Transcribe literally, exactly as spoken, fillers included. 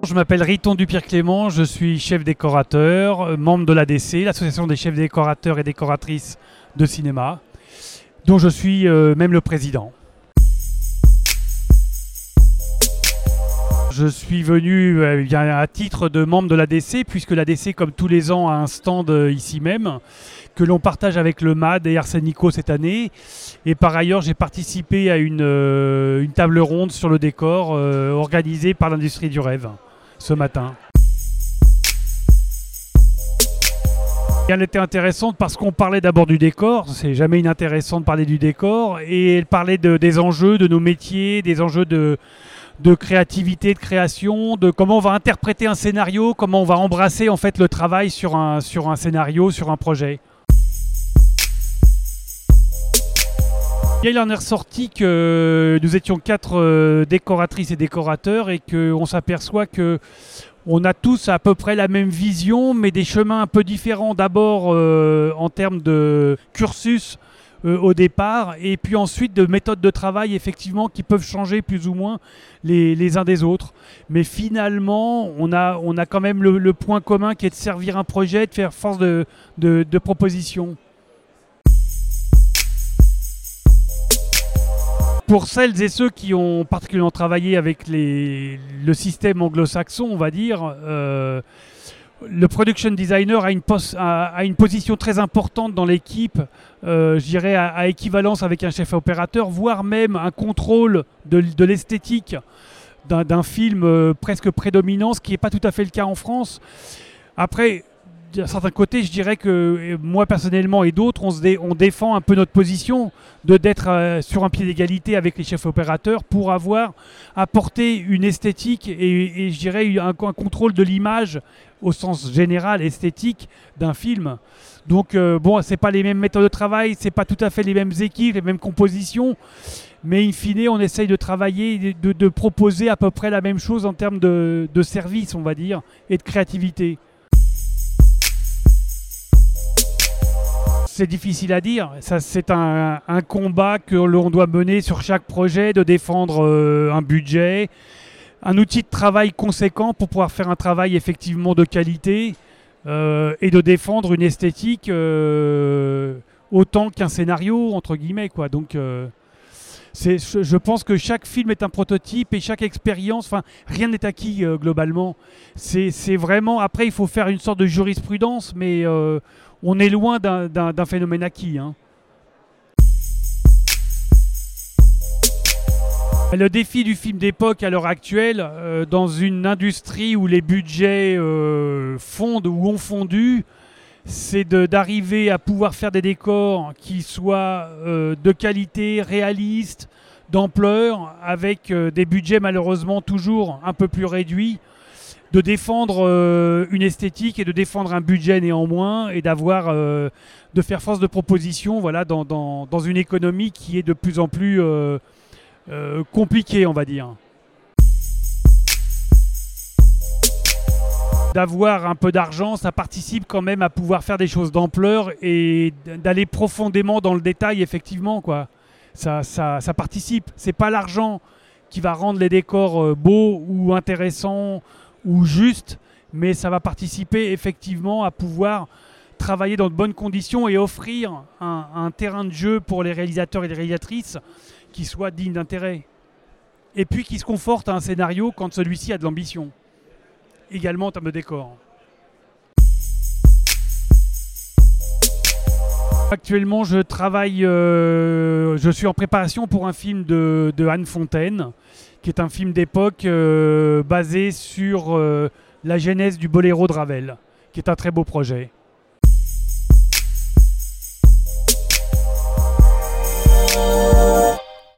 Je m'appelle Riton Dupierre-Clément, je suis chef décorateur, membre de l'A D C, l'association des chefs décorateurs et décoratrices de cinéma, dont je suis euh, même le président. Je suis venu euh, à titre de membre de l'A D C, puisque l'A D C, comme tous les ans, a un stand euh, ici même, que l'on partage avec le M A D et Arsenico cette année. Et par ailleurs, j'ai participé à une, euh, une table ronde sur le décor euh, organisée par l'Industrie du Rêve ce matin. Elle était intéressante parce qu'on parlait d'abord du décor, c'est jamais inintéressant de parler du décor, et elle parlait de, des enjeux de nos métiers, des enjeux de, de créativité, de création, de comment on va interpréter un scénario, comment on va embrasser en fait le travail sur un, sur un scénario, sur un projet. Il en est ressorti que nous étions quatre euh, décoratrices et décorateurs et qu'on s'aperçoit que on a tous à peu près la même vision, mais des chemins un peu différents. D'abord euh, en termes de cursus euh, au départ, et puis ensuite de méthodes de travail effectivement qui peuvent changer plus ou moins les, les uns des autres. Mais finalement, on a, on a quand même le, le point commun qui est de servir un projet, de faire force de, de, de proposition. Pour celles et ceux qui ont particulièrement travaillé avec les, le système anglo-saxon, on va dire, euh, le production designer a une, pos, a, a une position très importante dans l'équipe, euh, je dirais à, à équivalence avec un chef opérateur, voire même un contrôle de, de l'esthétique d'un, d'un film euh, presque prédominant, ce qui n'est pas tout à fait le cas en France. Après, d'un certain côté, je dirais que moi personnellement et d'autres, on, se dé, on défend un peu notre position de d'être euh, sur un pied d'égalité avec les chefs opérateurs pour avoir apporté une esthétique et, et je dirais un, un contrôle de l'image au sens général esthétique d'un film. Donc euh, bon, c'est pas les mêmes méthodes de travail, c'est pas tout à fait les mêmes équipes, les mêmes compositions, mais in fine, on essaye de travailler, de, de proposer à peu près la même chose en termes de, de service, on va dire, et de créativité. C'est difficile à dire, ça, c'est un, un combat que l'on doit mener sur chaque projet, de défendre euh, un budget, un outil de travail conséquent pour pouvoir faire un travail effectivement de qualité euh, et de défendre une esthétique euh, autant qu'un scénario, entre guillemets, quoi. Donc, euh, c'est, je pense que chaque film est un prototype et chaque expérience, enfin, rien n'est acquis euh, globalement. C'est, c'est vraiment, après, il faut faire une sorte de jurisprudence, mais euh, on est loin d'un, d'un, d'un phénomène acquis. Hein. Le défi du film d'époque à l'heure actuelle, euh, dans une industrie où les budgets euh, fondent ou ont fondu, c'est de, d'arriver à pouvoir faire des décors qui soient euh, de qualité, réalistes, d'ampleur, avec euh, des budgets malheureusement toujours un peu plus réduits, de défendre euh, une esthétique et de défendre un budget néanmoins, et d'avoir, euh, de faire force de proposition, voilà, dans, dans, dans une économie qui est de plus en plus euh, euh, compliquée, on va dire. D'avoir un peu d'argent, ça participe quand même à pouvoir faire des choses d'ampleur et d'aller profondément dans le détail, effectivement, quoi. Ça, ça, ça participe. C'est pas l'argent qui va rendre les décors euh, beaux ou intéressants ou juste, mais ça va participer effectivement à pouvoir travailler dans de bonnes conditions et offrir un, un terrain de jeu pour les réalisateurs et les réalisatrices qui soit digne d'intérêt. Et puis qui se conforte à un scénario quand celui-ci a de l'ambition, également en termes de décor. Actuellement, je travaille, euh, je suis en préparation pour un film de, de Anne Fontaine, qui est un film d'époque euh, basé sur euh, la genèse du Boléro de Ravel, qui est un très beau projet.